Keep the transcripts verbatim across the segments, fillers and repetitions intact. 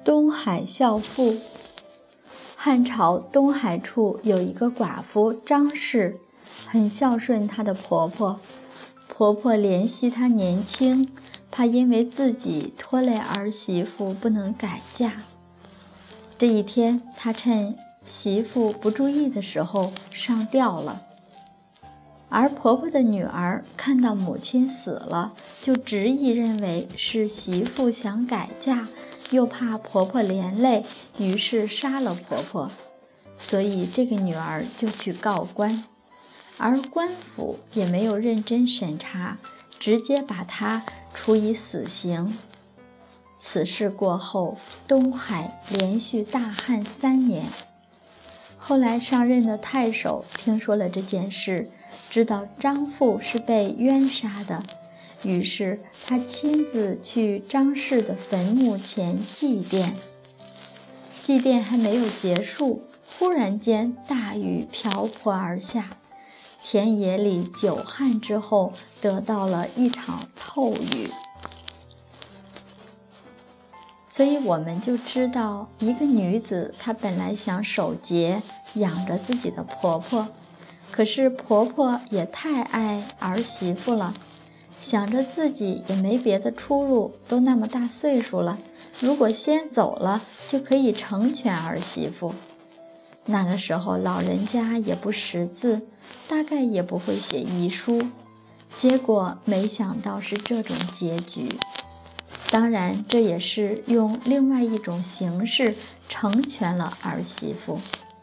东海孝妇。汉朝东海处有一个寡妇张氏，很孝顺她的婆婆。婆婆怜惜她年轻，怕因为自己拖累儿媳妇不能改嫁。这一天，她趁媳妇不注意的时候上吊了。而婆婆的女儿看到母亲死了，就执意认为是媳妇想改嫁，又怕婆婆连累，于是杀了婆婆。所以这个女儿就去告官，而官府也没有认真审查，直接把她处以死刑。此事过后，东海连续大旱三年。后来上任的太守听说了这件事，知道张妇是被冤杀的，于是他亲自去张氏的坟墓前祭奠。祭奠还没有结束，忽然间大雨瓢泼而下，田野里久旱之后得到了一场透雨。所以我们就知道，一个女子她本来想守节，养着自己的婆婆，可是婆婆也太爱儿媳妇了，想着自己也没别的出路，都那么大岁数了，如果先走了，就可以成全儿媳妇。那个时候老人家也不识字，大概也不会写遗书，结果没想到是这种结局。当然，这也是用另外一种形式成全了儿媳妇。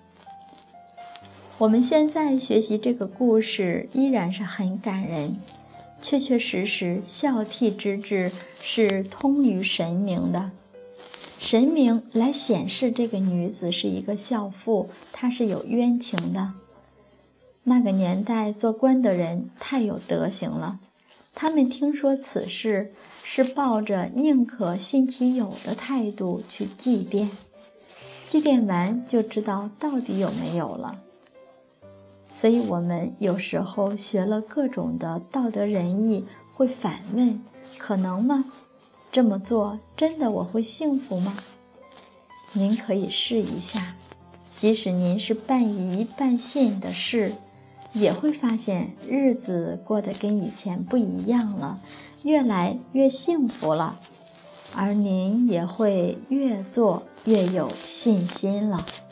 我们现在学习这个故事依然是很感人，确确实实孝悌之志是通于神明的。神明来显示这个女子是一个孝妇，她是有冤情的。那个年代做官的人太有德行了，他们听说此事，是抱着宁可信其有的态度去祭奠，祭奠完就知道到底有没有了。所以我们有时候学了各种的道德仁义，会反问：可能吗？这么做真的我会幸福吗？您可以试一下，即使您是半疑半信的事，也会发现日子过得跟以前不一样了，越来越幸福了，而您也会越做越有信心了。